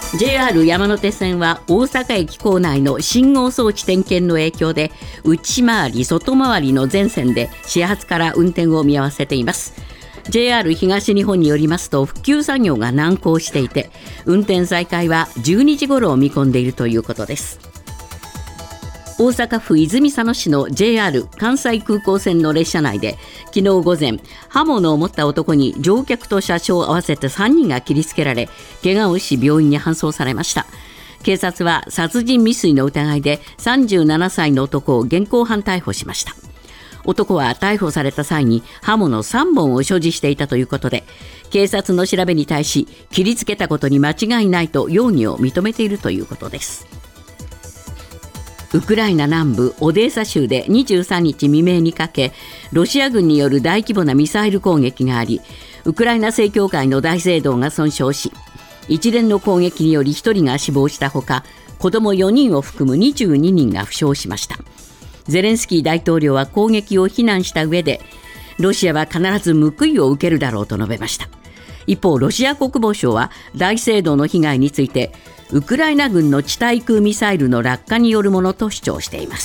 JR 山手線は大阪駅構内の信号装置点検の影響で内回り外回りの全線で始発から運転を見合わせています。 JR 東日本によりますと復旧作業が難航していて運転再開は12時頃を見込んでいるということです。大阪府泉佐野市の JR 関西空港線の列車内で昨日午前刃物を持った男に乗客と車掌合わせて3人が切りつけられ怪我をし病院に搬送されました。警察は殺人未遂の疑いで37歳の男を現行犯逮捕しました。男は逮捕された際に刃物3本を所持していたということで警察の調べに対し切りつけたことに間違いないと容疑を認めているということです。ウクライナ南部オデーサ州で23日未明にかけロシア軍による大規模なミサイル攻撃がありウクライナ正教会の大聖堂が損傷し一連の攻撃により1人が死亡したほか子ども4人を含む22人が負傷しました。ゼレンスキー大統領は攻撃を非難した上でロシアは必ず報いを受けるだろうと述べました。一方ロシア国防省は大聖堂の被害についてウクライナ軍の地対空ミサイルの落下によるものと主張しています。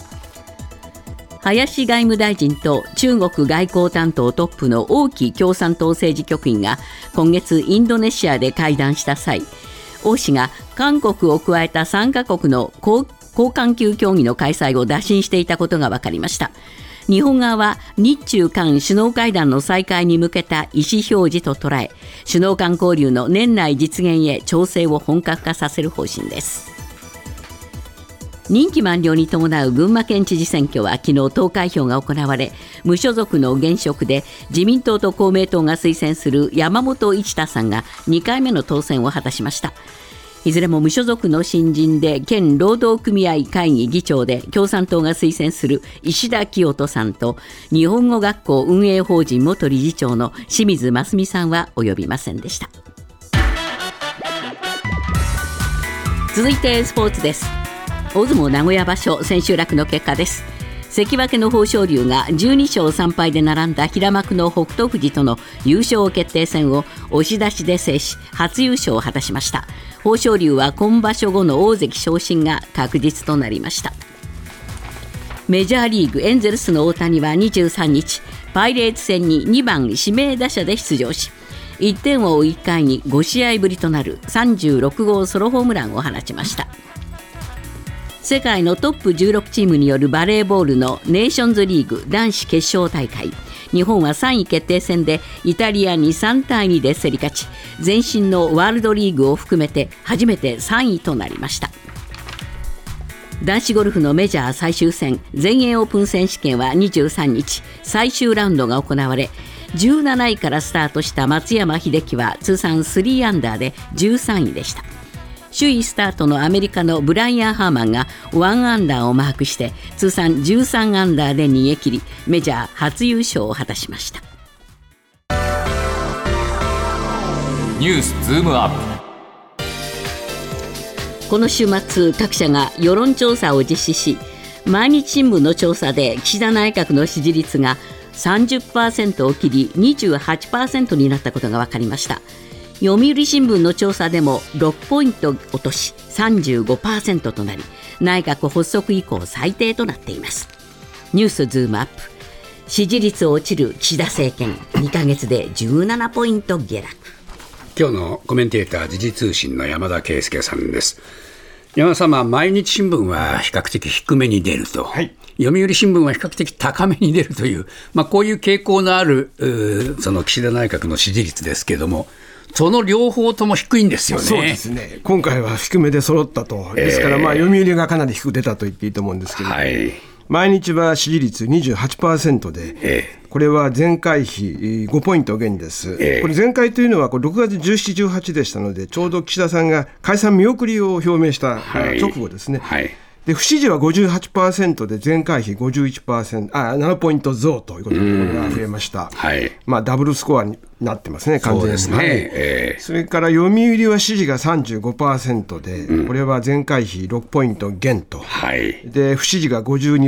林外務大臣と中国外交担当トップの王毅共産党政治局員が今月インドネシアで会談した際王氏が韓国を加えた3カ国の高官級協議の開催を打診していたことが分かりました。日本側は日中韓首脳会談の再開に向けた意思表示と捉え首脳間交流の年内実現へ調整を本格化させる方針です。任期満了に伴う群馬県知事選挙は昨日投開票が行われ無所属の現職で自民党と公明党が推薦する山本一太さんが2回目の当選を果たしました。いずれも無所属の新人で県労働組合会議議長で共産党が推薦する石田清人さんと日本語学校運営法人元理事長の清水真澄さんは及びませんでした。続いてスポーツです。大相撲名古屋場所千秋楽の結果です。関脇の豊昇龍が12勝3敗で並んだ平幕の北勝富士との優勝決定戦を押し出しで制し初優勝を果たしました。豊昇龍は今場所後の大関昇進が確実となりました。メジャーリーグエンゼルスの大谷は23日パイレーツ戦に2番指名打者で出場し1点を追う1回に5試合ぶりとなる36号ソロホームランを放ちました。世界のトップ16チームによるバレーボールのネーションズリーグ男子決勝大会日本は3位決定戦でイタリアに3対2で競り勝ち前身のワールドリーグを含めて初めて3位となりました。男子ゴルフのメジャー最終戦全英オープン選手権は23日最終ラウンドが行われ17位からスタートした松山英樹は通算3アンダーで13位でした。首位スタートのアメリカのブライアン・ハーマンが1アンダーをマークして通算13アンダーで逃げ切りメジャー初優勝を果たしました。 ニュースズームアップ。この週末各社が世論調査を実施し毎日新聞の調査で岸田内閣の支持率が 30% を切り 28% になったことが分かりました。読売新聞の調査でも6ポイント落とし 35% となり内閣発足以降最低となっています。ニュースズームアップ。支持率落ちる岸田政権2ヶ月で17ポイント下落。 今日のコメンテーター時事通信の山田圭介さんです。山田様、毎日新聞は比較的低めに出ると、はい、読売新聞は比較的高めに出るという、こういう傾向のあるその岸田内閣の支持率ですけれどもその両方とも低いんですよね。 そうですね。今回は低めで揃ったと。ですから読売がかなり低く出たと言っていいと思うんですけど、はい、毎日は支持率 28% で、これは前回比5ポイント減です。これ前回というのは6月17、18でしたのでちょうど岸田さんが解散見送りを表明した直後ですね。はい、で不支持は 58% で前回比 51%、7ポイント増ということが増えました。はい、ダブルスコアになってますね、完全に。 そうですね。 それから読売は支持が 35% で、これは前回比6ポイント減と、で不支持が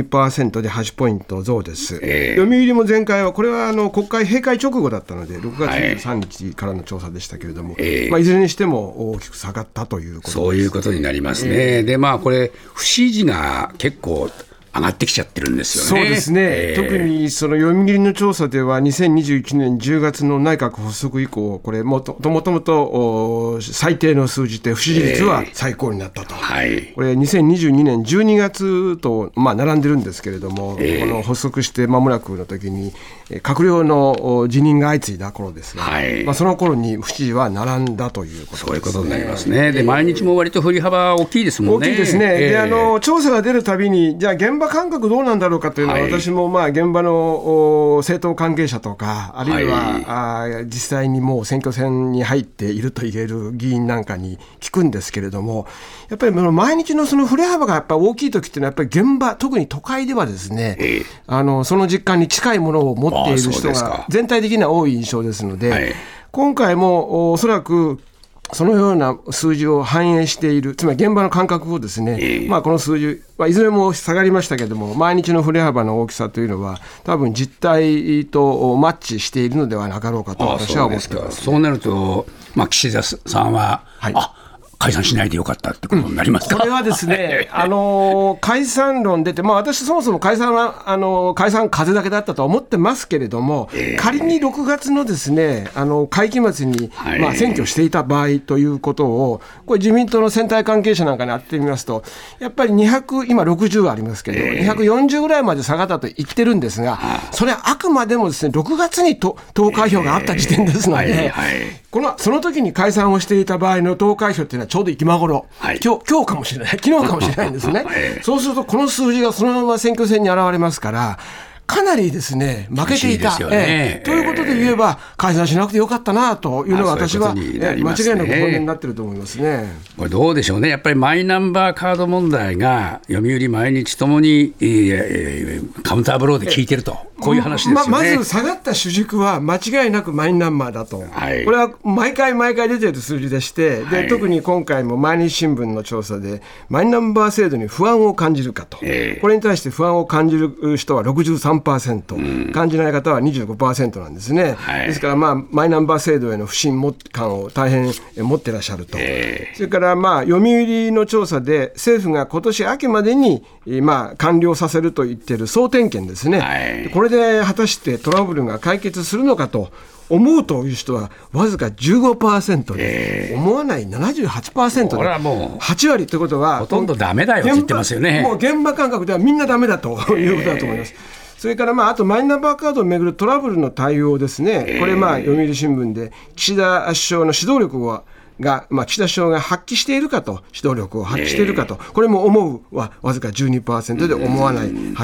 52% で8ポイント増です。読売も前回は、これは国会閉会直後だったので、6月23日からの調査でしたけれども、いずれにしても大きく下がったということです。 そういうことになりますね。でこれ不支持が結構上がってきちゃってるんですよね。 そうですね、特にその読売の調査では2021年10月の内閣発足以降、これもともと最低の数字で不支持率は最高になったと、これ2022年12月と並んでるんですけれども、この発足して間もなくの時に閣僚の辞任が相次いだ頃ですが、その頃に不支持は並んだということですね。 そういうことになりますね。で毎日も割と振り幅大きいですもんね。 大きいですね。で調査が出るたびに、じゃあ現場感覚どうなんだろうかというのは、私も現場の政党関係者とか、あるいは、実際にもう選挙戦に入っていると言える議員なんかに聞くんですけれども、やっぱり毎日のその振れ幅がやっぱり大きい時っていうのは、やっぱり現場、特に都会ではですね、その実感に近いものを持っている人が全体的には多い印象ですので、今回もおそらくそのような数字を反映している、つまり現場の感覚をですね、この数字はいずれも下がりましたけれども、毎日の振れ幅の大きさというのは多分実態とマッチしているのではなかろうかと私は思っています。 そうなると、岸田さんは、解散しないでよかったってことになりますか。 これはですね、解散論出て、私そもそも解散は解散風だけだったとは思ってますけれども、仮に6月のですね会期末に、選挙していた場合ということを、これ自民党の選対関係者なんかに会ってみますと、やっぱり200、今60ありますけど、240ぐらいまで下がったと言ってるんですが、それはあくまでもですね6月に投開票があった時点ですので、その時に解散をしていた場合の投開票っていうのはちょうど今頃、今日かもしれない、昨日かもしれないんですね。そうするとこの数字がそのまま選挙戦に現れますから、かなりですね負けていた、ということで言えば解散しなくてよかったなというのが私は間違いなく本音になっていると思いますね。 これどうでしょうね。やっぱりマイナンバーカード問題が読売毎日ともにカウンターブローで効いてると、こういう話ですよね。 まず下がった主軸は間違いなくマイナンバーだと、これは毎回出ている数字でして、で特に今回も毎日新聞の調査でマイナンバー制度に不安を感じるかと、これに対して不安を感じる人は63%、感じない方は 25% なんですね。ですからマイナンバー制度への不信感を大変持ってらっしゃると。それから読売の調査で政府が今年秋までに完了させると言っている総点検ですね、これで果たしてトラブルが解決するのかと思うという人はわずか 15% で、思わない 78% で、 これはもう 8割ということはほとんどダメだよって言ってますよね。 もう現場感覚ではみんなダメだということだと思います。それからあとマイナンバーカードをめぐるトラブルの対応ですね、これ読売新聞で岸田首相の指導力が岸田首相が発揮しているかと、指導力を発揮しているかと、これも思うはわずか 12% で、思わない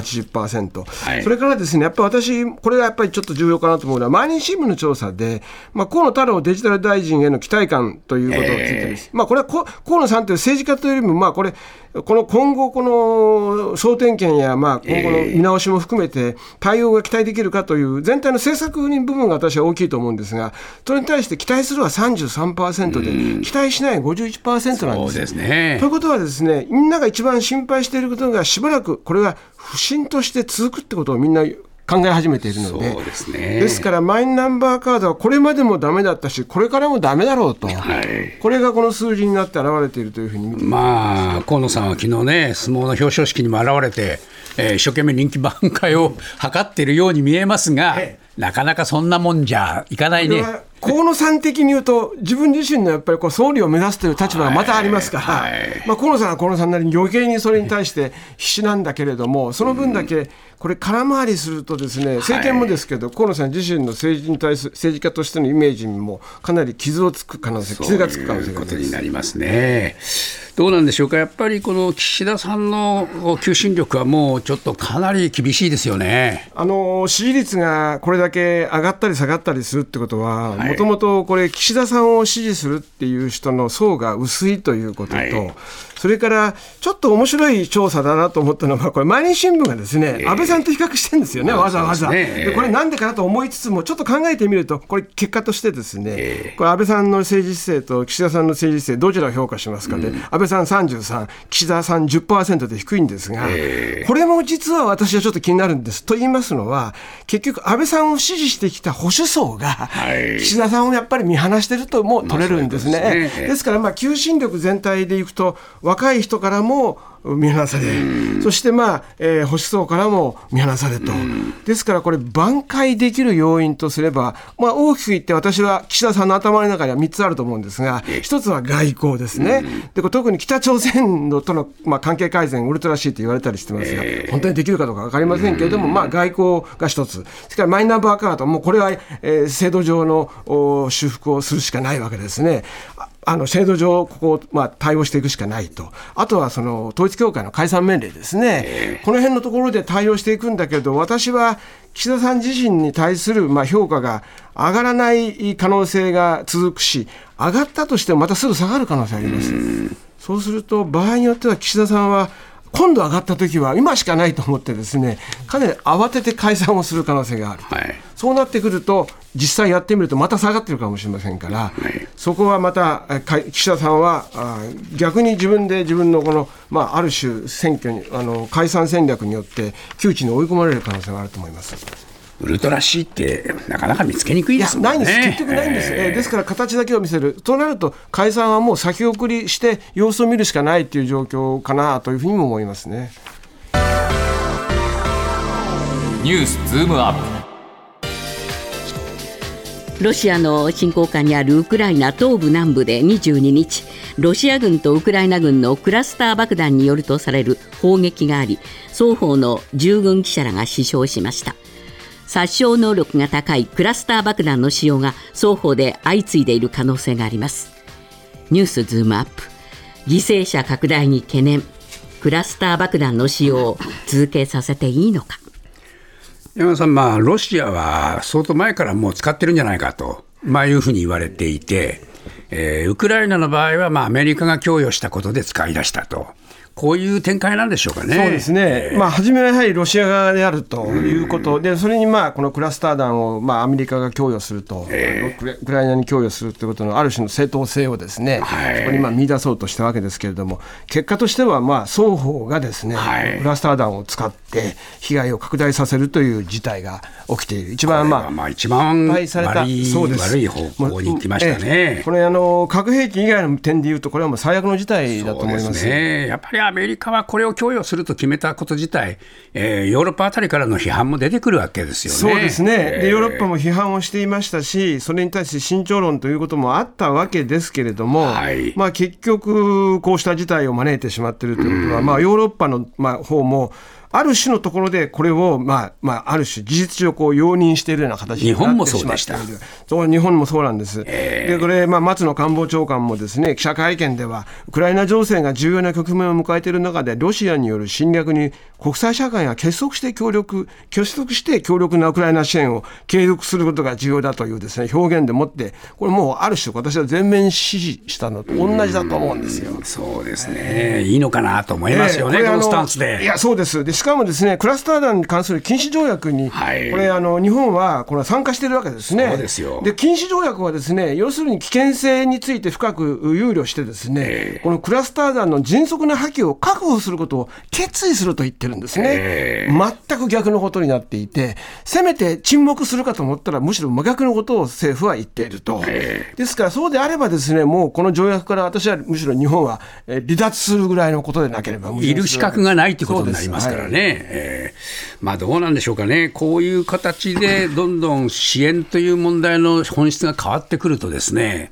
80%、それからですね、やっぱり私これがやっぱりちょっと重要かなと思うのは、毎日新聞の調査で、河野太郎デジタル大臣への期待感ということについてです、これは河野さんという政治家というよりも、今後この総点検や今後の見直しも含めて対応が期待できるかという全体の政策部分が私は大きいと思うんですが、それに対して期待するは 33% で、期待しない 51% なんです。 そうですね。 ということはですね、みんなが一番心配していることがしばらくこれが不振として続くってことをみんな考え始めているので、 そうですね。 ですからマイナンバーカードはこれまでもダメだったし、これからもダメだろうと、これがこの数字になって現れているというふうに見ています。 河野さんは昨日ね、相撲の表彰式にも現れて、一生懸命人気挽回を図っているように見えますが、なかなかそんなもんじゃいかないね。 河野さん的に言うと、自分自身のやっぱり総理を目指すという立場がまたありますから、河野さんは河野さんなりに余計にそれに対して必死なんだけれども、その分だけこれ空回りするとですね、政権もですけど、河野さん自身の政治に対する政治家としてのイメージにもかなり傷がつく可能性があります。 そういうことになりますね。どうなんでしょうか。やっぱりこの岸田さんの求心力はもうちょっとかなり厳しいですよね。 支持率がこれだけ上がったり下がったりするってことは、ももともとこれ岸田さんを支持するっていう人の層が薄いということと、それからちょっと面白い調査だなと思ったのは、これ毎日新聞がですね、安倍さんと比較してるんですよね、わざわざ。でこれなんでかなと思いつつも、ちょっと考えてみると、これ結果としてですね、これ安倍さんの政治姿勢と岸田さんの政治姿勢どちらを評価しますかで、安倍さん33、岸田さん 10% で低いんですが、これも実は私はちょっと気になるんです。と言いますのは、結局安倍さんを支持してきた保守層が岸田さんをやっぱり見放しているとも取れるんですね。ですから求心力全体でいくと、若い人からも見放され、そして保守層からも見放されと、ですからこれ挽回できる要因とすれば、大きく言って私は岸田さんの頭の中には3つあると思うんですが、1つは外交ですね。で特に北朝鮮との関係改善ウルトラシーと言われたりしてますが、本当にできるかどうか分かりませんけれども、外交が1つ、それからマイナンバーカードもこれは、制度上の修復をするしかないわけですね。制度上ここを対応していくしかないと。あとはその統一教会の解散命令ですね、この辺のところで対応していくんだけれど、私は岸田さん自身に対する評価が上がらない可能性が続くし、上がったとしてもまたすぐ下がる可能性があります。そうすると場合によっては岸田さんは今度上がったときは今しかないと思ってですね、かなり慌てて解散をする可能性がある、そうなってくると実際やってみるとまた下がってるかもしれませんから、そこはまた岸田さんは逆に自分で自分のこの、ある種選挙に解散戦略によって窮地に追い込まれる可能性があると思います。 ウルトラ C ってなかなか見つけにくいですもんね。 ないんです、結局ないんです、ですから形だけを見せるとなると、解散はもう先送りして様子を見るしかないという状況かなというふうにも思いますね。 ニュースズームアップ。ロシアの侵攻下にあるウクライナ東部南部で22日、ロシア軍とウクライナ軍のクラスター爆弾によるとされる砲撃があり、双方の従軍記者らが死傷しました。殺傷能力が高いクラスター爆弾の使用が双方で相次いでいる可能性があります。ニュースズームアップ。犠牲者拡大に懸念。クラスター爆弾の使用を続けさせていいのか。 山田さん、ロシアは相当前からもう使ってるんじゃないかと、いうふうに言われていて、ウクライナの場合はアメリカが供与したことで使い出したと。こういう展開なんでしょうかね。 そうですね、初めはやはりロシア側であるということで、それにこのクラスター弾をアメリカが供与すると、ウクライナに供与するということのある種の正当性をですね、そこに見出そうとしたわけですけれども、結果としては双方がですね、クラスター弾を使って被害を拡大させるという事態が起きている。一番一番悪い方向に行きましたね。 これ核兵器以外の点でいうと、これはもう最悪の事態だと思います。 そうですね、やっぱりアメリカはこれを供与すると決めたこと自体、ヨーロッパあたりからの批判も出てくるわけですよね。 そうですね、でヨーロッパも批判をしていましたし、それに対して慎重論ということもあったわけですけれども、結局こうした事態を招いてしまっているということは、ヨーロッパの方もある種のところでこれを、ある種事実上容認しているような形になってしまっている。日本もそうでした。そう、日本もそうなんです。でこれ、松野官房長官もですね、記者会見ではウクライナ情勢が重要な局面を迎えている中で、ロシアによる侵略に国際社会が結束して強力なウクライナ支援を継続することが重要だというですね、表現でもって、これもうある種私は全面支持したのと同じだと思うんですよ。 そうですね、いいのかなと思いますよね、このスタンスで。 いや、そうです。しかもですね、クラスター弾に関する禁止条約に、これ日本はこれ参加しているわけですね。 そうですよ。 で禁止条約はですね、要するに危険性について深く憂慮してですね、このクラスター弾の迅速な破棄を確保することを決意すると言ってるんですね。全く逆のことになっていて、せめて沈黙するかと思ったらむしろ真逆のことを政府は言っていると。ですからそうであればですね、もうこの条約から私はむしろ日本は離脱するぐらいのことでなければいる資格がないということになりますからね。どうなんでしょうかね。こういう形でどんどん支援という問題の本質が変わってくるとですね、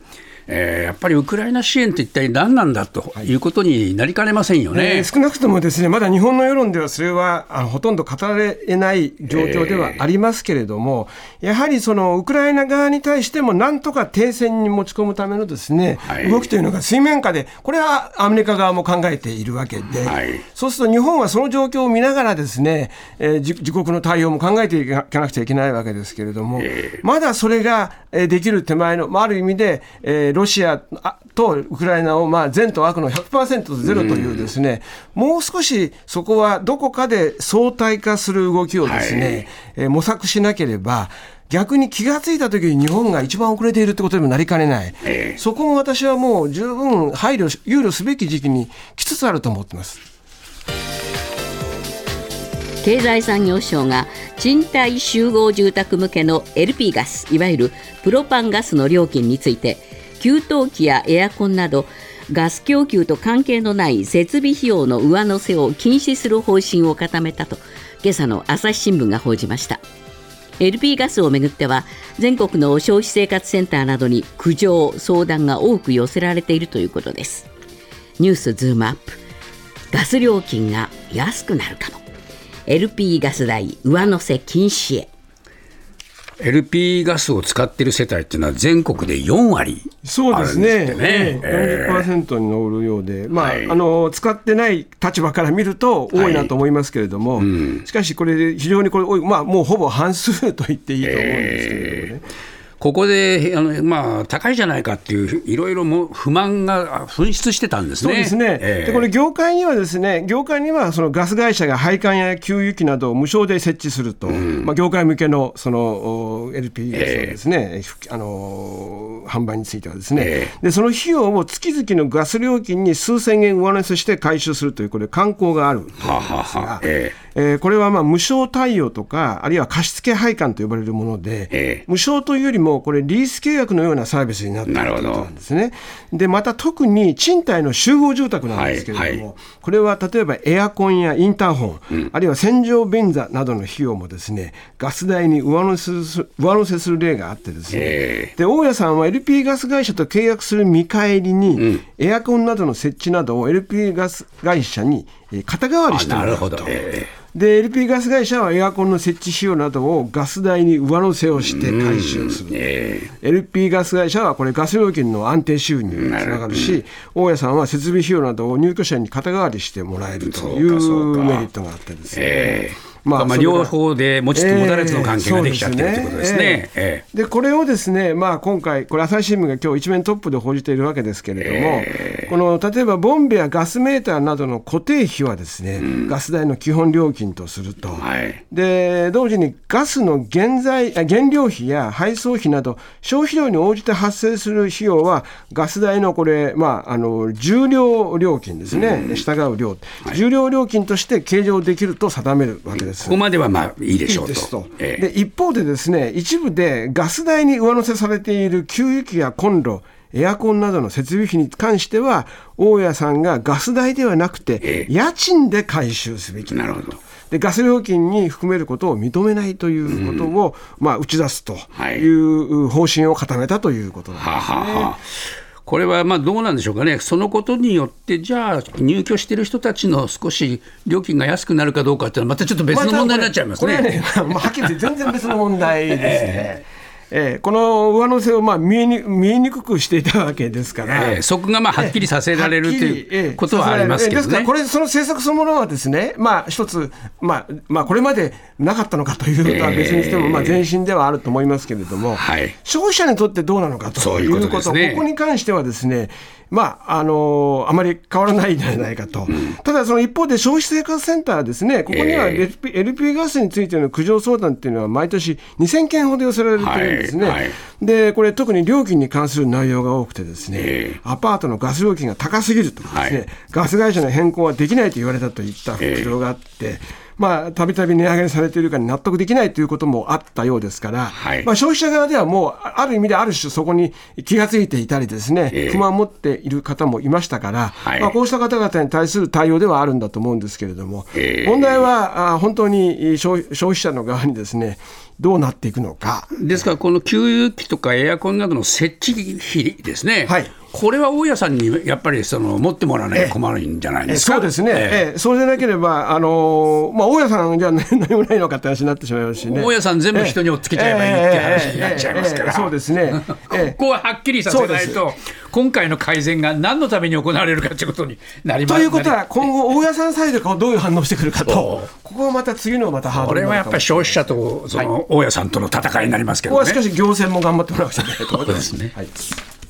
やっぱりウクライナ支援って一体何なんだということになりかねませんよね。 少なくともですね、まだ日本の世論ではそれはほとんど語られない状況ではありますけれども、やはりそのウクライナ側に対してもなんとか停戦に持ち込むためのですね、動きというのが水面下で、これはアメリカ側も考えているわけで、そうすると日本はその状況を見ながらですね、自国の対応も考えていかなくちゃいけないわけですけれども、まだそれができる手前の、ある意味でロシアとウクライナを善と悪の 100% とゼロというですね、もう少しそこはどこかで相対化する動きをですね、模索しなければ、逆に気がついたときに日本が一番遅れているということにもなりかねない、そこも私はもう十分憂慮すべき時期に来つつあると思っています。 経済産業省が賃貸集合住宅向けの LP ガス、いわゆるプロパンガスの料金について、給湯器やエアコンなどガス供給と関係のない設備費用の上乗せを禁止する方針を固めたと、今朝の朝日新聞が報じました。 LP ガスをめぐっては全国の消費生活センターなどに苦情相談が多く寄せられているということです。ニュースズームアップ、ガス料金が安くなるかも、 LP ガス代上乗せ禁止へ。 LP ガスを使っている世帯っていうのは全国で4割あるんですってね。 そうですね、40% に上るようで、使ってない立場から見ると多いなと思いますけれども、しかしこれ非常に多い、もうほぼ半数と言っていいと思うんですけれどもね。 ここで高いじゃないかっていういろいろ不満が噴出してたんですね。 そうですね、でこれ業界にはですね、そのガス会社が配管や給油機などを無償で設置すると、業界向けのその LP ガスのですね、販売についてはですね、でその費用を月々のガス料金に数千円上乗せして回収するという、これ慣行があるんですが、これは無償対応とか、あるいは貸付配管と呼ばれるもので、無償というよりもこれリース契約のようなサービスになっているということなんですね。でまた特に賃貸の集合住宅なんですけれども、これは例えばエアコンやインターホン、あるいは洗浄便座などの費用もですね、ガス代に上乗せする例があってですね、で大家さんは LP ガス会社と契約する見返りに、エアコンなどの設置などを LP ガス会社に肩代わりしてもらうと。で LP ガス会社はエアコンの設置費用などをガス代に上乗せをして回収する、LP ガス会社はこれガス料金の安定収入につながるし、大家さんは設備費用などを入居者に肩代わりしてもらえるというメリットがあってですね、 両方で持ちつ持たれつの関係ができちゃってるということですね。 でこれをですね、今回これ朝日新聞が今日一面トップで報じているわけですけれども、この例えばボンベやガスメーターなどの固定費はですね、ガス代の基本料金とすると、で同時にガスの原料費や配送費など消費量に応じて発生する費用はガス代のこれ、重量料金ですね、従う量、重量料金として計上できると定めるわけです。 ここまではいいでしょうと。 で一方でですね、一部でガス代に上乗せされている給油機やコンロ、エアコンなどの設備費に関しては大家さんがガス代ではなくて家賃で回収すべきだと。でガス料金に含めることを認めないということを、打ち出すという方針を固めたということなんですね。 これはどうなんでしょうかね。そのことによってじゃあ入居している人たちの少し料金が安くなるかどうかっていうのはまたちょっと別の問題になっちゃいますね。 これはね、はっきり言って全然別の問題ですね。この上乗せを見えにくくしていたわけですから、 そこがはっきりさせられるということはありますけどね。 ですからこれその政策そのものはですね、一つ、これまでなかったのかということは別にしても前進ではあると思いますけれども、消費者にとってどうなのかということ、ここに関してはですね、あまり変わらないんじゃないかと。ただその一方で消費生活センターですね、ここには LP ガスについての苦情相談っていうのは毎年2000件ほど寄せられているんですね。でこれ特に料金に関する内容が多くてですね、アパートのガス料金が高すぎるとかですね、ガス会社の変更はできないと言われたといった苦情があって、たびたび値上げされているから納得できないということもあったようですから、消費者側ではもうある意味である種そこに気がついていたりですね、不満を持っている方もいましたから、こうした方々に対する対応ではあるんだと思うんですけれども、問題は本当に消費者の側にですね、 どうなっていくのか。 ですから、この給油機とかエアコンなどの設置費ですね、 はい、これは大家さんにやっぱり持ってもらわないと困るんじゃないですか。 そうですね、そうでなければ、大家さんじゃ何もないのかって話になってしまいますしね。 大家さん全部人に押っつけちゃえばいいって話になっちゃいますから、 そうですね、 ここははっきりさせないと、今回の改善が何のために行われるかということになります。 ということは、今後、大家さんサイドがどういう反応してくるかと、ここはまた次のハードル。 これはやっぱり消費者と大家さんとの戦いになりますけどね。 ここはしかし行政も頑張ってもらわなきゃいけないと思います。 そうですね。 はい。